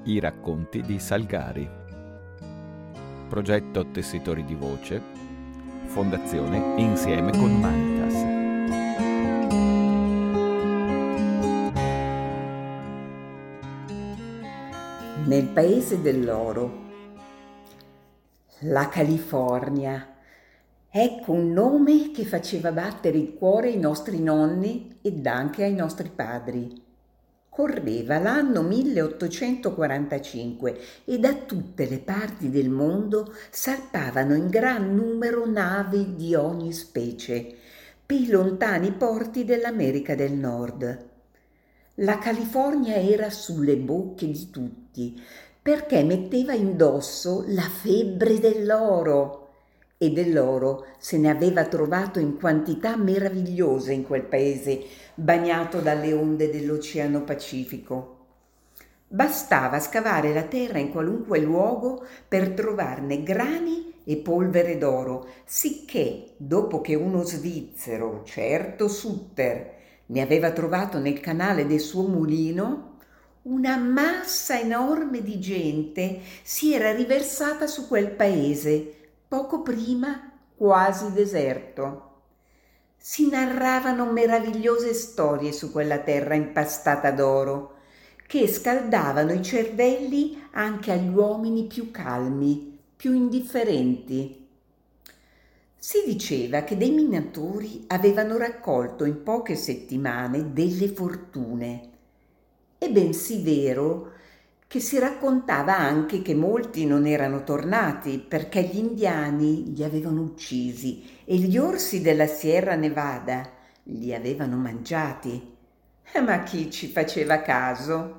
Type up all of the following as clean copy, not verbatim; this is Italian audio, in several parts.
I racconti di Salgari. Progetto Tessitori di Voce. Fondazione Insieme con Humanitas. Nel paese dell'oro, la California. Ecco un nome che faceva battere il cuore ai nostri nonni ed anche ai nostri padri. Correva l'anno 1845 e da tutte le parti del mondo salpavano in gran numero navi di ogni specie per i lontani porti dell'America del Nord. La California era sulle bocche di tutti perché metteva indosso la febbre dell'oro. E dell'oro se ne aveva trovato in quantità meravigliose in quel paese bagnato dalle onde dell'Oceano Pacifico. Bastava scavare la terra in qualunque luogo per trovarne grani e polvere d'oro, sicché dopo che uno svizzero, certo Sutter, ne aveva trovato nel canale del suo mulino, una massa enorme di gente si era riversata su quel paese, poco prima quasi deserto. Si narravano meravigliose storie su quella terra impastata d'oro, che scaldavano i cervelli anche agli uomini più calmi, più indifferenti. Si diceva che dei minatori avevano raccolto in poche settimane delle fortune. È bensì vero che si raccontava anche che molti non erano tornati perché gli indiani li avevano uccisi e gli orsi della Sierra Nevada li avevano mangiati. Ma chi ci faceva caso?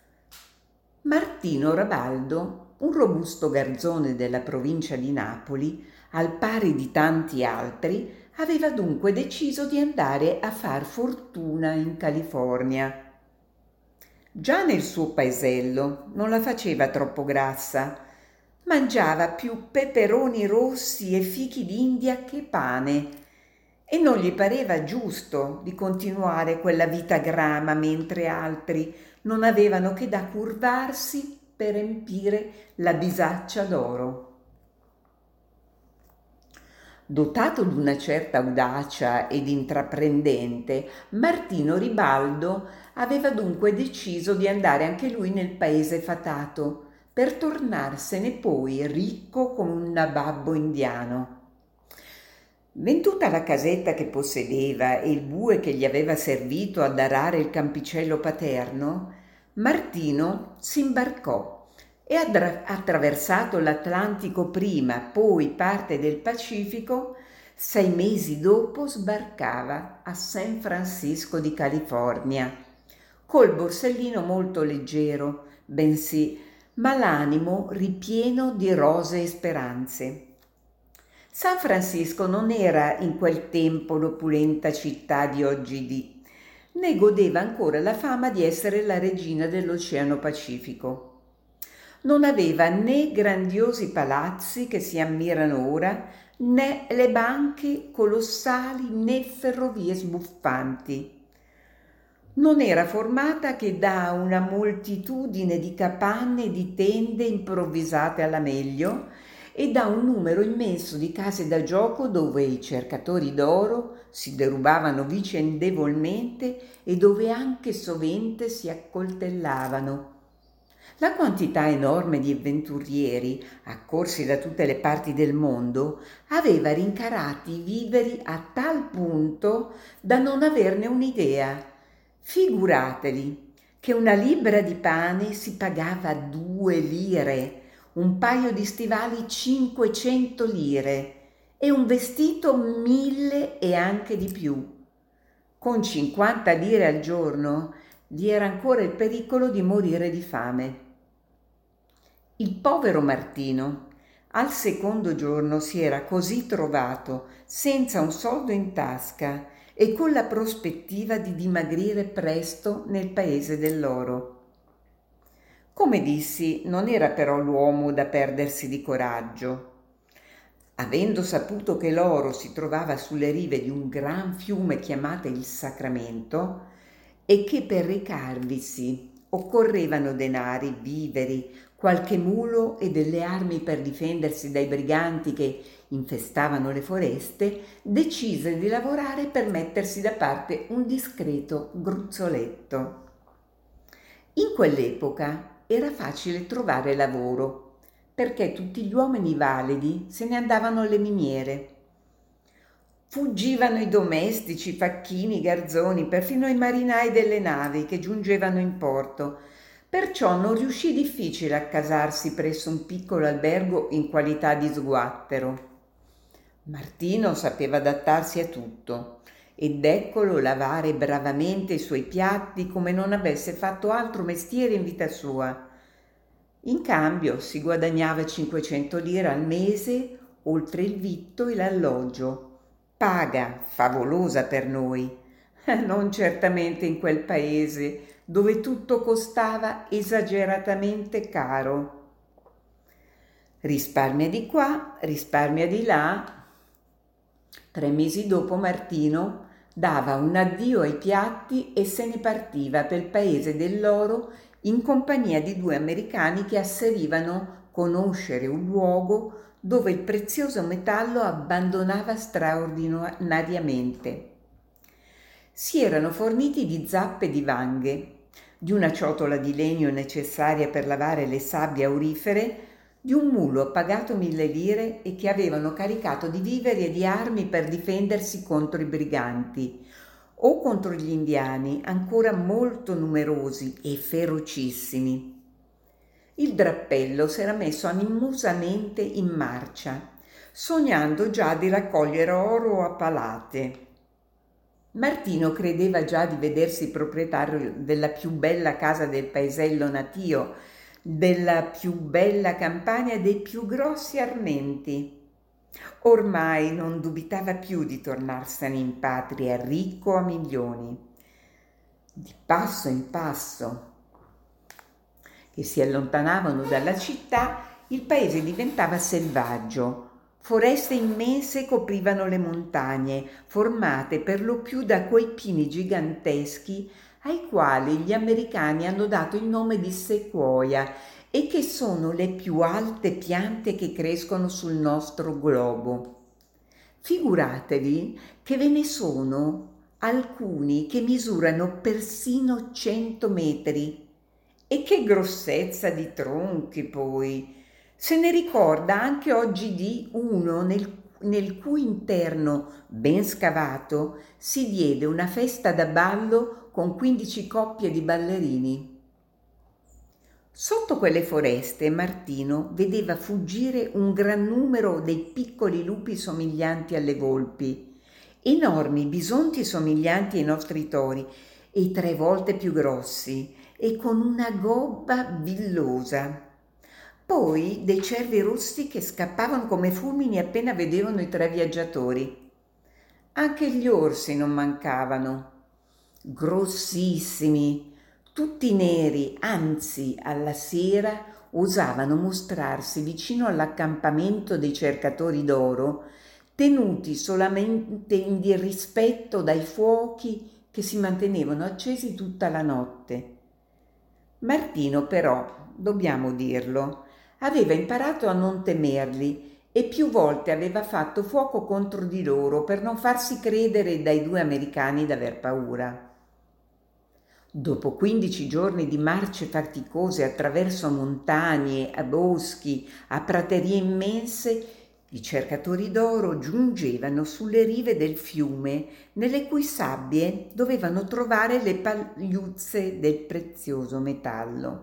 Martino Rabaldo, un robusto garzone della provincia di Napoli, al pari di tanti altri, aveva dunque deciso di andare a far fortuna in California. Già nel suo paesello non la faceva troppo grassa, mangiava più peperoni rossi e fichi d'India che pane e non gli pareva giusto di continuare quella vita grama mentre altri non avevano che da curvarsi per empire la bisaccia d'oro. Dotato di una certa audacia ed intraprendente, Martino Ribaldo aveva dunque deciso di andare anche lui nel paese fatato, per tornarsene poi ricco come un nababbo indiano. Venduta la casetta che possedeva e il bue che gli aveva servito ad arare il campicello paterno, Martino si imbarcò e attraversato l'Atlantico prima, poi parte del Pacifico, 6 mesi dopo sbarcava a San Francisco di California, col borsellino molto leggero, bensì, ma l'animo ripieno di rose e speranze. San Francisco non era in quel tempo l'opulenta città di oggi, né godeva ancora la fama di essere la regina dell'Oceano Pacifico. Non aveva né grandiosi palazzi che si ammirano ora, né le banche colossali né ferrovie sbuffanti. Non era formata che da una moltitudine di capanne e di tende improvvisate alla meglio e da un numero immenso di case da gioco dove i cercatori d'oro si derubavano vicendevolmente e dove anche sovente si accoltellavano. La quantità enorme di avventurieri, accorsi da tutte le parti del mondo, aveva rincarati i viveri a tal punto da non averne un'idea. Figuratevi che una libbra di pane si pagava 2 lire, un paio di stivali 500 lire e un vestito 1000 e anche di più. Con 50 lire al giorno vi era ancora il pericolo di morire di fame. Il povero Martino al secondo giorno si era così trovato senza un soldo in tasca e con la prospettiva di dimagrire presto nel paese dell'oro. Come dissi, non era però l'uomo da perdersi di coraggio. Avendo saputo che l'oro si trovava sulle rive di un gran fiume chiamato il Sacramento e che per recarvisi Occorrevano denari, viveri, qualche mulo e delle armi per difendersi dai briganti che infestavano le foreste. Decise di lavorare per mettersi da parte un discreto gruzzoletto. In quell'epoca era facile trovare lavoro, perché tutti gli uomini validi se ne andavano alle miniere. Fuggivano i domestici, i facchini, i garzoni, perfino i marinai delle navi che giungevano in porto. Perciò non riuscì difficile accasarsi presso un piccolo albergo in qualità di sguattero. Martino sapeva adattarsi a tutto ed eccolo lavare bravamente i suoi piatti come non avesse fatto altro mestiere in vita sua. In cambio si guadagnava 500 lire al mese, oltre il vitto e l'alloggio. Paga favolosa per noi, non certamente in quel paese dove tutto costava esageratamente caro. Risparmia di qua, risparmia di là. 3 mesi dopo Martino dava un addio ai piatti e se ne partiva per il paese dell'oro in compagnia di 2 americani che asserivano conoscere un luogo dove il prezioso metallo abbandonava straordinariamente. Si erano forniti di zappe di vanghe, di una ciotola di legno necessaria per lavare le sabbie aurifere, di un mulo pagato 1000 lire e che avevano caricato di viveri e di armi per difendersi contro i briganti o contro gli indiani, ancora molto numerosi e ferocissimi. Il drappello s'era messo animosamente in marcia, sognando già di raccogliere oro a palate. Martino credeva già di vedersi proprietario della più bella casa del paesello natio, della più bella campagna e dei più grossi armenti. Ormai non dubitava più di tornarsene in patria ricco a milioni. Di passo in passo che si allontanavano dalla città, il paese diventava selvaggio. Foreste immense coprivano le montagne, formate per lo più da quei pini giganteschi ai quali gli americani hanno dato il nome di sequoia e che sono le più alte piante che crescono sul nostro globo. Figuratevi che ve ne sono alcuni che misurano persino 100 metri. E che grossezza di tronchi poi! Se ne ricorda anche oggi di uno nel cui interno, ben scavato, si diede una festa da ballo con 15 coppie di ballerini. Sotto quelle foreste Martino vedeva fuggire un gran numero dei piccoli lupi somiglianti alle volpi, enormi bisonti somiglianti ai nostri tori e 3 volte più grossi e con una gobba villosa. Poi dei cervi rossi che scappavano come fulmini appena vedevano i 3 viaggiatori. Anche gli orsi non mancavano, grossissimi, tutti neri, anzi alla sera osavano mostrarsi vicino all'accampamento dei cercatori d'oro, tenuti solamente in disrispetto dai fuochi che si mantenevano accesi tutta la notte. Martino però, dobbiamo dirlo, aveva imparato a non temerli e più volte aveva fatto fuoco contro di loro per non farsi credere dai 2 americani d'aver paura. Dopo 15 giorni di marce faticose attraverso montagne, a boschi, a praterie immense, i cercatori d'oro giungevano sulle rive del fiume, nelle cui sabbie dovevano trovare le pagliuzze del prezioso metallo.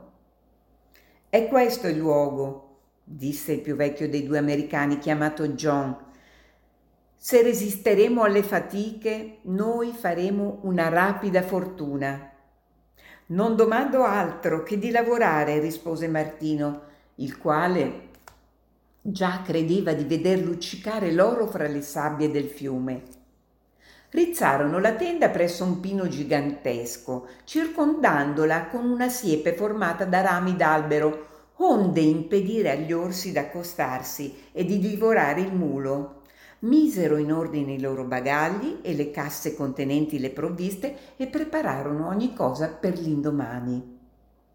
«È questo il luogo», disse il più vecchio dei 2 americani, chiamato John. «Se resisteremo alle fatiche, noi faremo una rapida fortuna». «Non domando altro che di lavorare», rispose Martino, il quale già credeva di veder luccicare l'oro fra le sabbie del fiume. Rizzarono la tenda presso un pino gigantesco, circondandola con una siepe formata da rami d'albero, onde impedire agli orsi d'accostarsi e di divorare il mulo. Misero in ordine i loro bagagli e le casse contenenti le provviste e prepararono ogni cosa per l'indomani.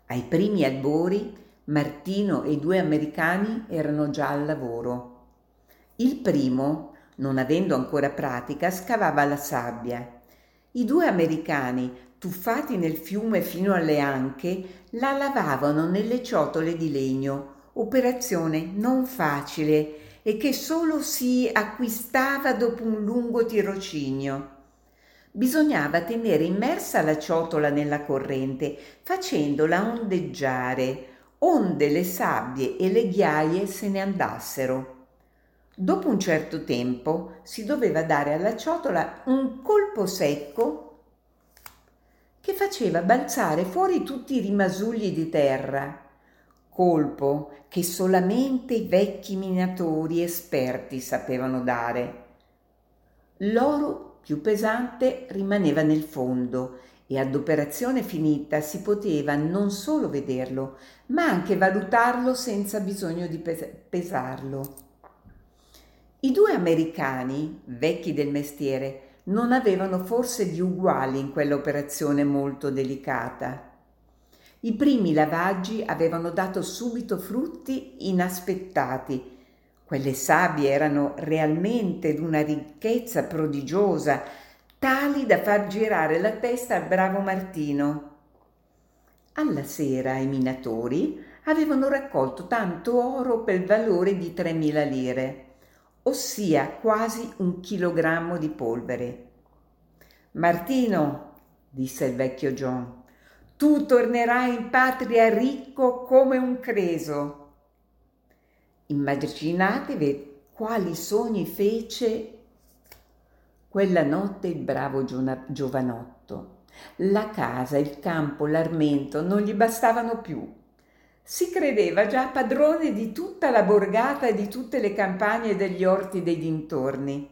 Ai primi albori Martino e i 2 americani erano già al lavoro. Il primo, non avendo ancora pratica, scavava la sabbia. I 2 americani, tuffati nel fiume fino alle anche, la lavavano nelle ciotole di legno, operazione non facile e che solo si acquistava dopo un lungo tirocinio. Bisognava tenere immersa la ciotola nella corrente, facendola ondeggiare, onde le sabbie e le ghiaie se ne andassero. Dopo un certo tempo si doveva dare alla ciotola un colpo secco che faceva balzare fuori tutti i rimasugli di terra, colpo che solamente i vecchi minatori esperti sapevano dare. L'oro più pesante rimaneva nel fondo e ad operazione finita si poteva non solo vederlo, ma anche valutarlo senza bisogno di pesarlo. I 2 americani, vecchi del mestiere, non avevano forse di uguali in quell'operazione molto delicata. I primi lavaggi avevano dato subito frutti inaspettati. Quelle sabbie erano realmente d'una ricchezza prodigiosa, tali da far girare la testa al bravo Martino. Alla sera i minatori avevano raccolto tanto oro per valore di 3.000 lire, ossia quasi 1 chilogrammo di polvere. «Martino», disse il vecchio John, «tu tornerai in patria ricco come un creso». Immaginatevi quali sogni fece quella notte il bravo giovanotto. La casa, il campo, l'armento non gli bastavano più. Si credeva già padrone di tutta la borgata e di tutte le campagne e degli orti dei dintorni.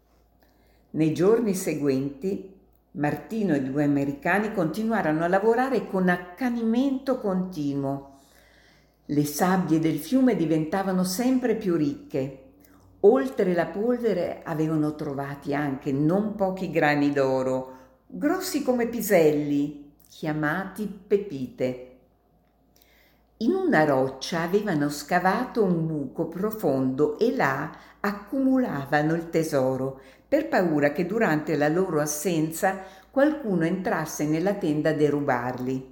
Nei giorni seguenti Martino e i 2 americani continuarono a lavorare con accanimento continuo. Le sabbie del fiume diventavano sempre più ricche. Oltre la polvere avevano trovati anche non pochi grani d'oro, grossi come piselli, chiamati pepite. In una roccia avevano scavato un buco profondo e là accumulavano il tesoro, per paura che durante la loro assenza qualcuno entrasse nella tenda a derubarli.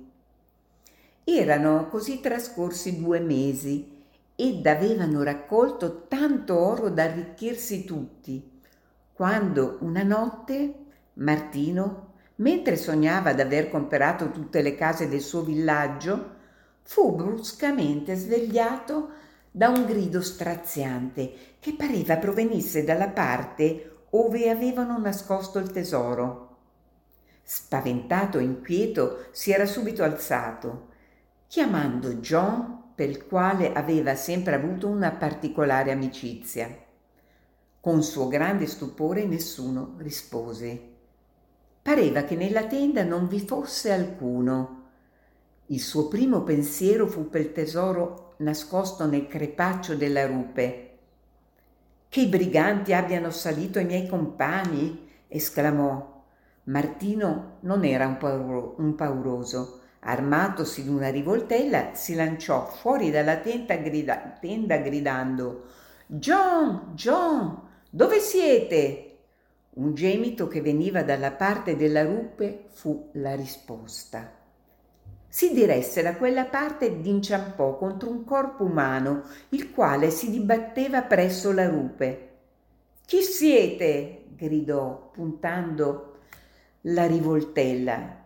Erano così trascorsi 2 mesi ed avevano raccolto tanto oro da arricchirsi tutti, quando una notte Martino, mentre sognava d'aver comperato tutte le case del suo villaggio, fu bruscamente svegliato da un grido straziante che pareva provenisse dalla parte ove avevano nascosto il tesoro. Spaventato e inquieto, si era subito alzato, chiamando John, per il quale aveva sempre avuto una particolare amicizia. Con suo grande stupore nessuno rispose. Pareva che nella tenda non vi fosse alcuno. Il suo primo pensiero fu per il tesoro nascosto nel crepaccio della rupe. «Che i briganti abbiano assalito i miei compagni!» esclamò. Martino non era un pauroso. Armatosi di una rivoltella, si lanciò fuori dalla tenda gridando: «John, John, dove siete?» Un gemito che veniva dalla parte della rupe fu la risposta. Si diresse da quella parte ed inciampò contro un corpo umano, il quale si dibatteva presso la rupe. «Chi siete?» gridò, puntando la rivoltella.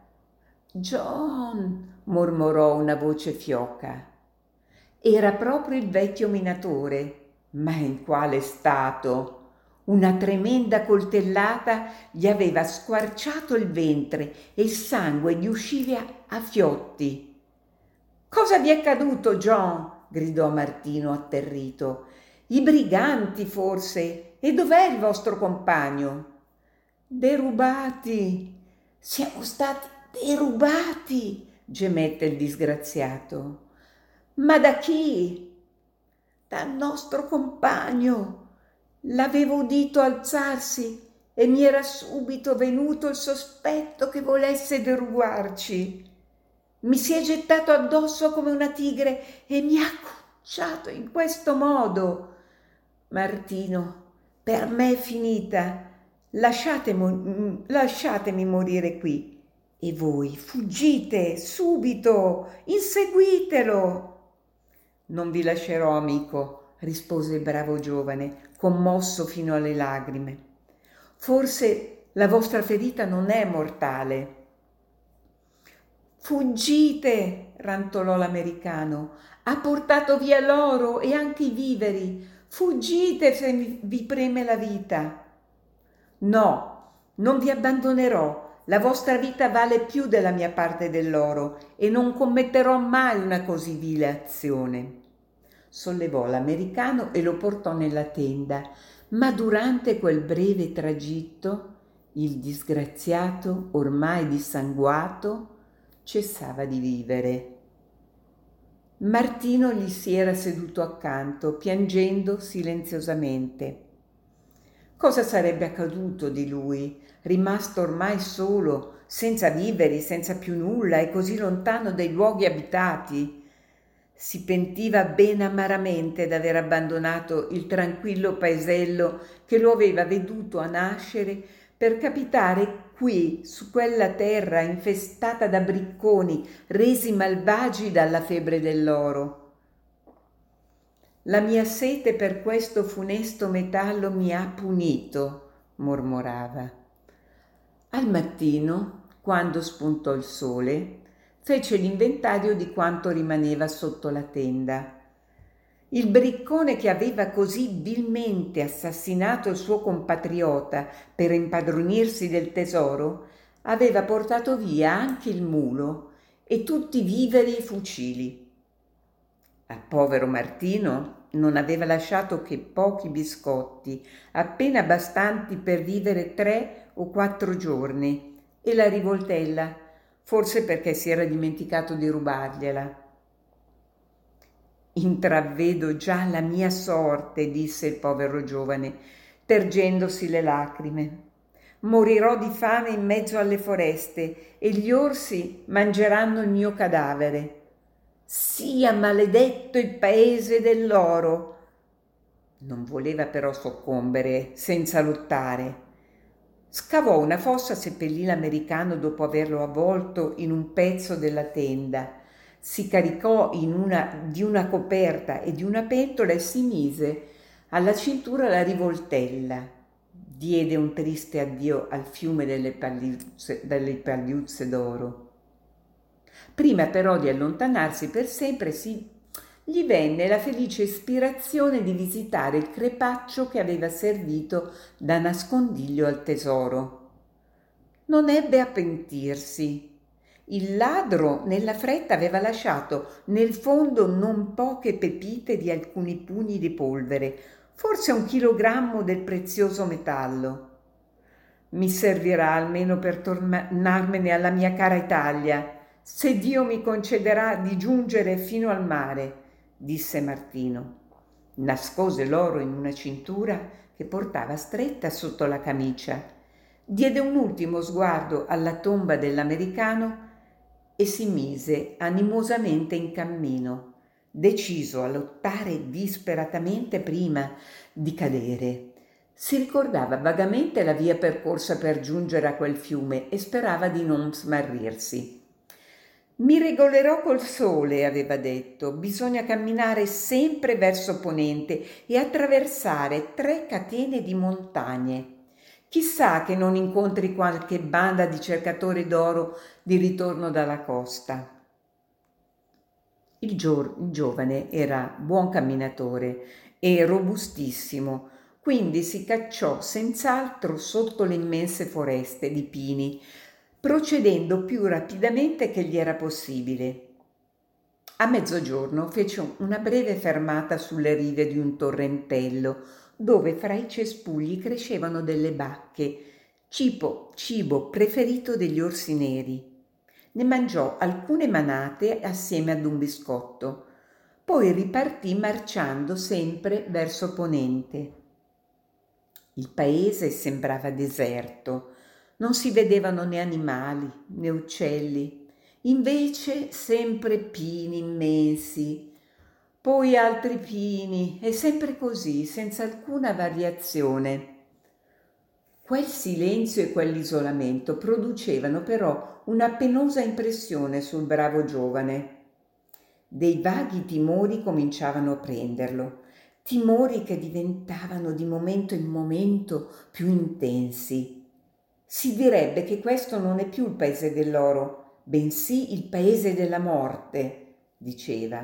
«John», mormorò una voce fioca. Era proprio il vecchio minatore, ma in quale stato! Una tremenda coltellata gli aveva squarciato il ventre e il sangue gli usciva a fiotti. «Cosa vi è accaduto, John?» gridò Martino atterrito. «I briganti, forse? E dov'è il vostro compagno?» «Derubati! Siamo stati derubati!» gemette il disgraziato. «Ma da chi?» «Dal nostro compagno. L'avevo udito alzarsi e mi era subito venuto il sospetto che volesse derubarci». Mi si è gettato addosso come una tigre e mi ha acconciato in questo modo. Martino, per me è finita. Lasciatemi morire qui. E voi fuggite subito, inseguitelo. Non vi lascerò, amico, rispose il bravo giovane, commosso fino alle lagrime. Forse la vostra ferita non è mortale. Fuggite, rantolò l'americano. Ha portato via l'oro e anche i viveri. Fuggite se vi preme la vita. No, non vi abbandonerò. La vostra vita vale più della mia parte dell'oro e non commetterò mai una così vile azione. Sollevò l'americano e lo portò nella tenda, ma durante quel breve tragitto il disgraziato, ormai dissanguato, cessava di vivere. Martino gli si era seduto accanto, piangendo silenziosamente. Cosa sarebbe accaduto di lui, rimasto ormai solo, senza viveri, senza più nulla e così lontano dai luoghi abitati? Si pentiva ben amaramente d'aver abbandonato il tranquillo paesello che lo aveva veduto a nascere per capitare qui, su quella terra infestata da bricconi resi malvagi dalla febbre dell'oro. La mia sete per questo funesto metallo mi ha punito, mormorava. Al mattino, quando spuntò il sole, fece l'inventario di quanto rimaneva sotto la tenda. Il briccone che aveva così vilmente assassinato il suo compatriota per impadronirsi del tesoro aveva portato via anche il mulo e tutti i viveri e i fucili. Al povero Martino non aveva lasciato che pochi biscotti, appena bastanti per vivere 3 o 4 giorni, e la rivoltella, forse perché si era dimenticato di rubargliela. Intravedo già la mia sorte, disse il povero giovane, tergendosi le lacrime. Morirò di fame in mezzo alle foreste e gli orsi mangeranno il mio cadavere. Sia maledetto il paese dell'oro. Non voleva però soccombere senza lottare. Scavò una fossa, seppellì l'americano dopo averlo avvolto in un pezzo della tenda, si caricò di una coperta e di una pentola e si mise alla cintura la rivoltella. Diede un triste addio al fiume delle pagliuzze d'oro. Prima però di allontanarsi per sempre gli venne la felice ispirazione di visitare il crepaccio che aveva servito da nascondiglio al tesoro. Non ebbe a pentirsi. Il ladro nella fretta aveva lasciato nel fondo non poche pepite di alcuni pugni di polvere, forse 1 chilogrammo del prezioso metallo. Mi servirà almeno per tornarmene alla mia cara Italia, se Dio mi concederà di giungere fino al mare, disse Martino. Nascose l'oro in una cintura che portava stretta sotto la camicia, diede un ultimo sguardo alla tomba dell'americano e si mise animosamente in cammino, deciso a lottare disperatamente prima di cadere. Si ricordava vagamente la via percorsa per giungere a quel fiume e sperava di non smarrirsi. Mi regolerò col sole, aveva detto, bisogna camminare sempre verso ponente e attraversare 3 catene di montagne. Chissà che non incontri qualche banda di cercatori d'oro di ritorno dalla costa. Il giovane era buon camminatore e robustissimo, quindi si cacciò senz'altro sotto le immense foreste di pini, procedendo più rapidamente che gli era possibile. A mezzogiorno fece una breve fermata sulle rive di un torrentello, dove fra i cespugli crescevano delle bacche, cibo preferito degli orsi neri. Ne mangiò alcune manate assieme ad un biscotto, poi ripartì marciando sempre verso ponente. Il paese sembrava deserto, non si vedevano né animali né uccelli. Invece sempre pini immensi, poi altri pini e sempre così, senza alcuna variazione. Quel silenzio e quell'isolamento producevano però una penosa impressione sul bravo giovane. Dei vaghi timori cominciavano a prenderlo, timori che diventavano di momento in momento più intensi. Si direbbe che questo non è più il paese dell'oro, bensì il paese della morte, diceva.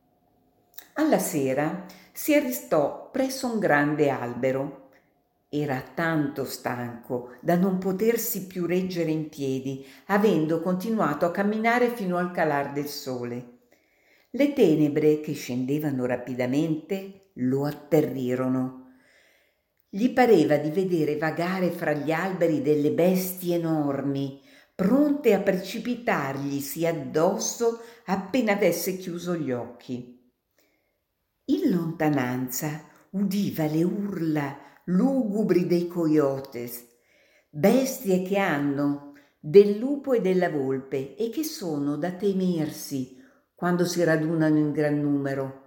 Alla sera si arrestò presso un grande albero. Era tanto stanco da non potersi più reggere in piedi, avendo continuato a camminare fino al calar del sole. Le tenebre che scendevano rapidamente lo atterrirono. Gli pareva di vedere vagare fra gli alberi delle bestie enormi, pronte a precipitarglisi addosso appena avesse chiuso gli occhi. In lontananza udiva le urla lugubri dei coyotes, bestie che hanno del lupo e della volpe e che sono da temersi quando si radunano in gran numero.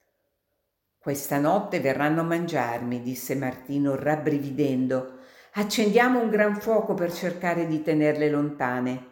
Questa notte verranno a mangiarmi, disse Martino rabbrividendo. Accendiamo un gran fuoco per cercare di tenerle lontane.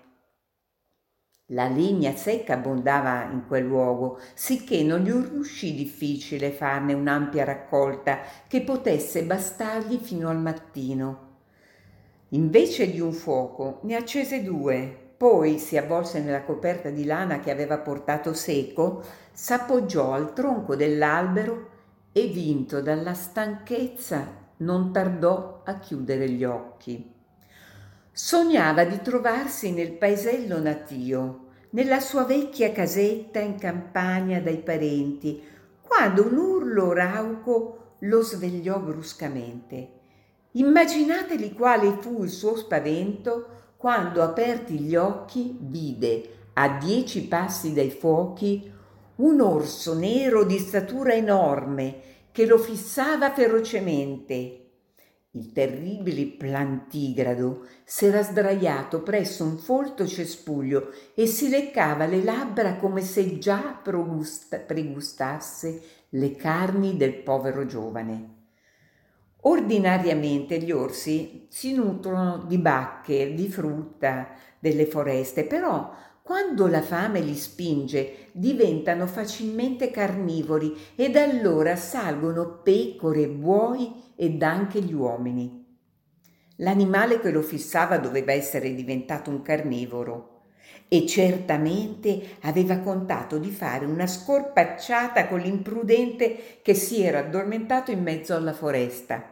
La legna secca abbondava in quel luogo, sicché non gli riuscì difficile farne un'ampia raccolta che potesse bastargli fino al mattino. Invece di un fuoco ne accese due, poi si avvolse nella coperta di lana che aveva portato seco, s'appoggiò al tronco dell'albero e, vinto dalla stanchezza, non tardò a chiudere gli occhi. Sognava di trovarsi nel paesello natio, nella sua vecchia casetta in campagna dai parenti, quando un urlo rauco lo svegliò bruscamente. Immaginateli quale fu il suo spavento quando, aperti gli occhi, vide, a 10 passi dai fuochi, un orso nero di statura enorme che lo fissava ferocemente. Il terribile plantigrado s'era sdraiato presso un folto cespuglio e si leccava le labbra come se già pregustasse le carni del povero giovane. Ordinariamente gli orsi si nutrono di bacche, di frutta, delle foreste, però quando la fame li spinge diventano facilmente carnivori ed allora salgono pecore, buoi ed anche gli uomini. L'animale che lo fissava doveva essere diventato un carnivoro e certamente aveva contato di fare una scorpacciata con l'imprudente che si era addormentato in mezzo alla foresta.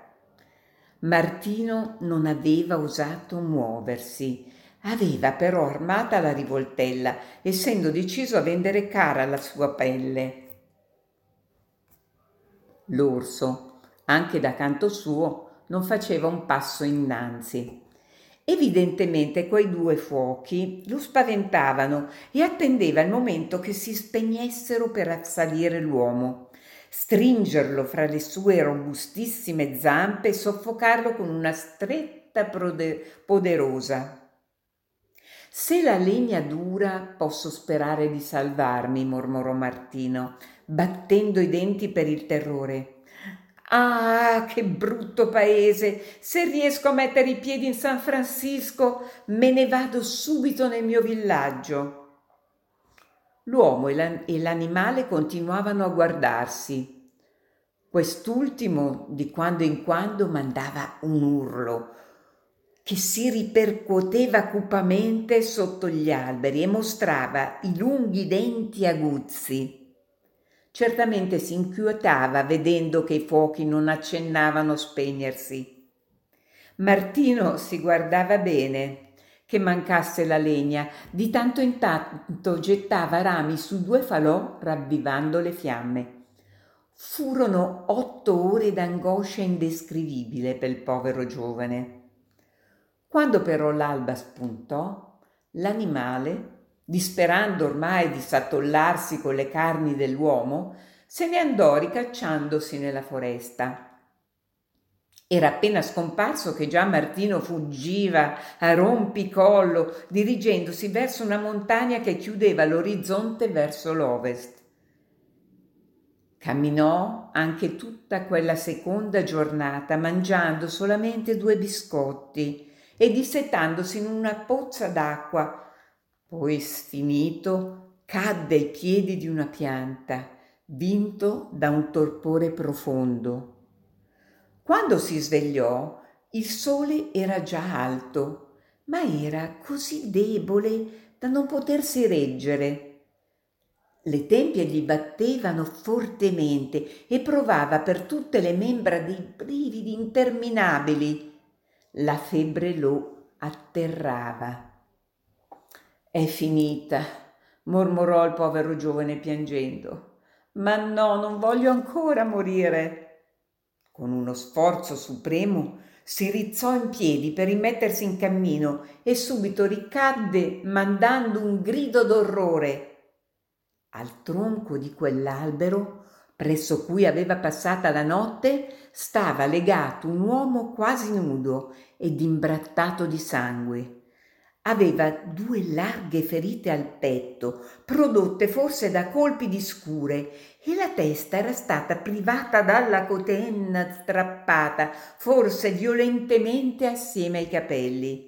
Martino non aveva osato muoversi, aveva però armata la rivoltella, essendo deciso a vendere cara la sua pelle. L'orso, anche da canto suo, non faceva un passo innanzi. Evidentemente quei due fuochi lo spaventavano e attendeva il momento che si spegnessero per assalire l'uomo, stringerlo fra le sue robustissime zampe e soffocarlo con una stretta poderosa. Se la legna dura posso sperare di salvarmi, mormorò Martino, battendo i denti per il terrore. Ah, che brutto paese! Se riesco a mettere i piedi in San Francisco, me ne vado subito nel mio villaggio. L'uomo e l'animale continuavano a guardarsi. Quest'ultimo di quando in quando mandava un urlo che si ripercuoteva cupamente sotto gli alberi e mostrava i lunghi denti aguzzi. Certamente si inquietava vedendo che i fuochi non accennavano a spegnersi. Martino si guardava bene che mancasse la legna, di tanto in tanto gettava rami su 2 falò ravvivando le fiamme. Furono 8 ore d'angoscia indescrivibile per il povero giovane. Quando però l'alba spuntò, l'animale, disperando ormai di s'attollarsi con le carni dell'uomo, se ne andò ricacciandosi nella foresta. Era appena scomparso che già Martino fuggiva a rompicollo, dirigendosi verso una montagna che chiudeva l'orizzonte verso l'ovest. Camminò anche tutta quella seconda giornata, mangiando solamente 2 biscotti e dissetandosi in una pozza d'acqua. Poi, sfinito, cadde ai piedi di una pianta, vinto da un torpore profondo. Quando si svegliò, il sole era già alto, ma era così debole da non potersi reggere. Le tempie gli battevano fortemente e provava per tutte le membra dei brividi interminabili. La febbre lo atterrava. È finita, mormorò il povero giovane piangendo. Ma no, non voglio ancora morire. Con uno sforzo supremo si rizzò in piedi per rimettersi in cammino e subito ricadde mandando un grido d'orrore. Al tronco di quell'albero, presso cui aveva passata la notte, stava legato un uomo quasi nudo ed imbrattato di sangue. Aveva 2 larghe ferite al petto, prodotte forse da colpi di scure, e la testa era stata privata dalla cotenna strappata, forse violentemente assieme ai capelli.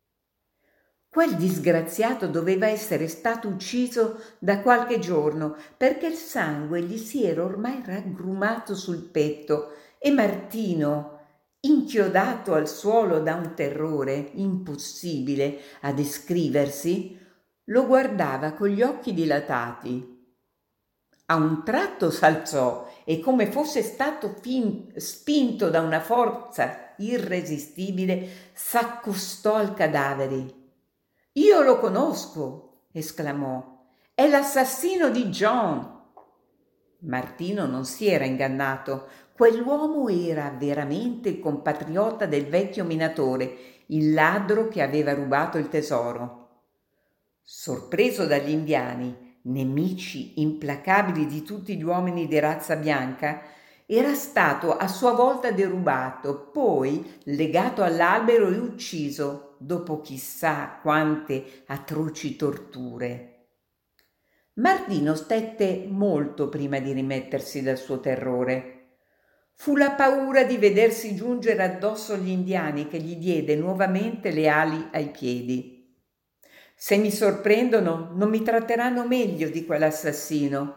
Quel disgraziato doveva essere stato ucciso da qualche giorno, perché il sangue gli si era ormai raggrumato sul petto e Martino, inchiodato al suolo da un terrore impossibile a descriversi, lo guardava con gli occhi dilatati. A un tratto s'alzò e, come fosse stato spinto da una forza irresistibile, s'accostò al cadavere. «Io lo conosco!» esclamò. «È l'assassino di John!» Martino non si era ingannato. Quell'uomo era veramente il compatriota del vecchio minatore, il ladro che aveva rubato il tesoro. Sorpreso dagli indiani, nemici implacabili di tutti gli uomini di razza bianca, era stato a sua volta derubato, poi legato all'albero e ucciso dopo chissà quante atroci torture. Martino stette molto prima di rimettersi dal suo terrore. Fu la paura di vedersi giungere addosso gli indiani che gli diede nuovamente le ali ai piedi. «Se mi sorprendono, non mi tratteranno meglio di quell'assassino»,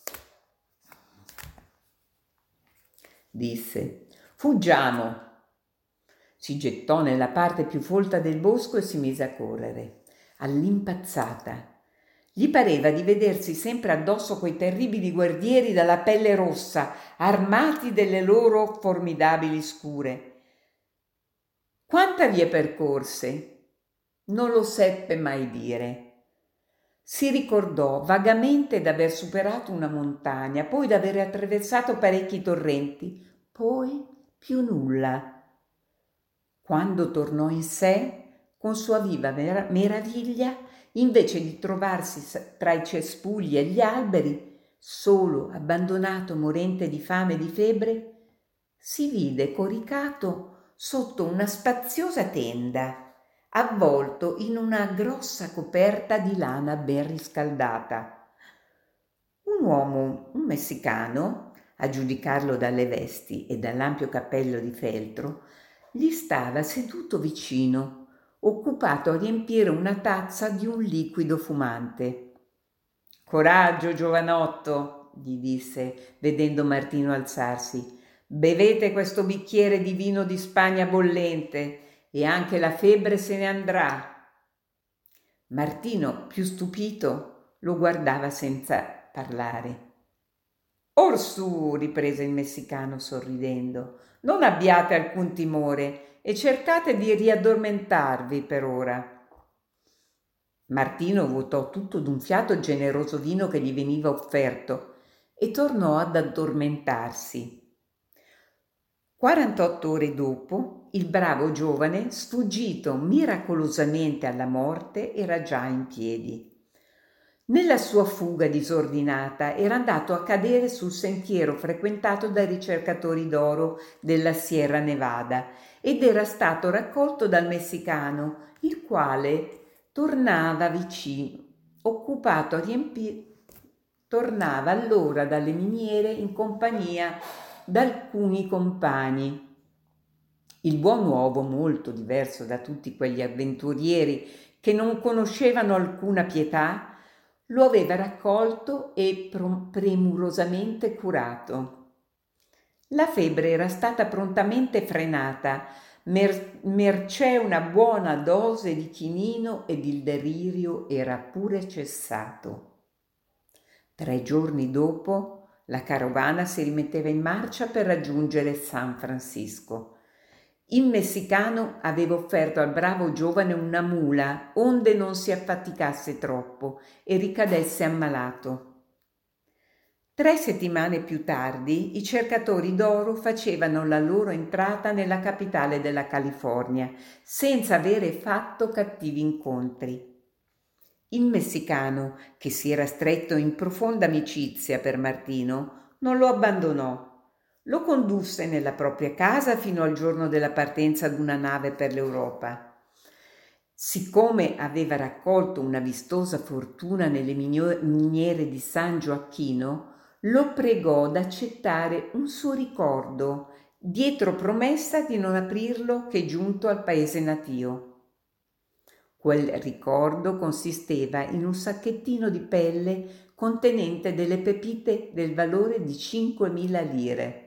disse. «Fuggiamo!» Si gettò nella parte più folta del bosco e si mise a correre, all'impazzata. Gli pareva di vedersi sempre addosso quei terribili guerrieri dalla pelle rossa, armati delle loro formidabili scure. Quanta via percorse? Non lo seppe mai dire. Si ricordò vagamente d'aver superato una montagna, poi d'aver attraversato parecchi torrenti, poi più nulla. Quando tornò in sé, con sua viva meraviglia, invece di trovarsi tra i cespugli e gli alberi, solo, abbandonato, morente di fame e di febbre, si vide coricato sotto una spaziosa tenda, avvolto in una grossa coperta di lana ben riscaldata. Un uomo, un messicano, a giudicarlo dalle vesti e dall'ampio cappello di feltro, gli stava seduto vicino, occupato a riempire una tazza di un liquido fumante. «Coraggio, giovanotto», gli disse, vedendo Martino alzarsi. «Bevete questo bicchiere di vino di Spagna bollente e anche la febbre se ne andrà». Martino, più stupito, lo guardava senza parlare. «Orsù», riprese il messicano sorridendo, «non abbiate alcun timore e cercate di riaddormentarvi per ora». Martino vuotò tutto d'un fiato il generoso vino che gli veniva offerto e tornò ad addormentarsi. 48 ore dopo, il bravo giovane, sfuggito miracolosamente alla morte, era già in piedi. Nella sua fuga disordinata era andato a cadere sul sentiero frequentato dai ricercatori d'oro della Sierra Nevada ed era stato raccolto dal messicano, il quale tornava vicino, occupato a riempire. Tornava allora dalle miniere in compagnia di alcuni compagni. Il buon uomo, molto diverso da tutti quegli avventurieri che non conoscevano alcuna pietà, lo aveva raccolto e premurosamente curato. La febbre era stata prontamente frenata, mercé una buona dose di chinino ed il delirio era pure cessato. 3 giorni dopo, la carovana si rimetteva in marcia per raggiungere San Francisco. Il messicano aveva offerto al bravo giovane una mula, onde non si affaticasse troppo e ricadesse ammalato. 3 settimane più tardi, i cercatori d'oro facevano la loro entrata nella capitale della California, senza avere fatto cattivi incontri. Il messicano, che si era stretto in profonda amicizia per Martino, non lo abbandonò. Lo condusse nella propria casa fino al giorno della partenza d'una nave per l'Europa. Siccome aveva raccolto una vistosa fortuna nelle miniere di San Gioacchino, lo pregò d'accettare un suo ricordo, dietro promessa di non aprirlo che giunto al paese natio. Quel ricordo consisteva in un sacchettino di pelle contenente delle pepite del valore di 5.000 lire.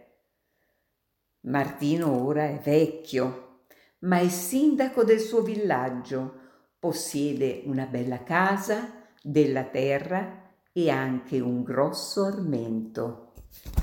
Martino ora è vecchio, ma è sindaco del suo villaggio, possiede una bella casa, della terra e anche un grosso armento.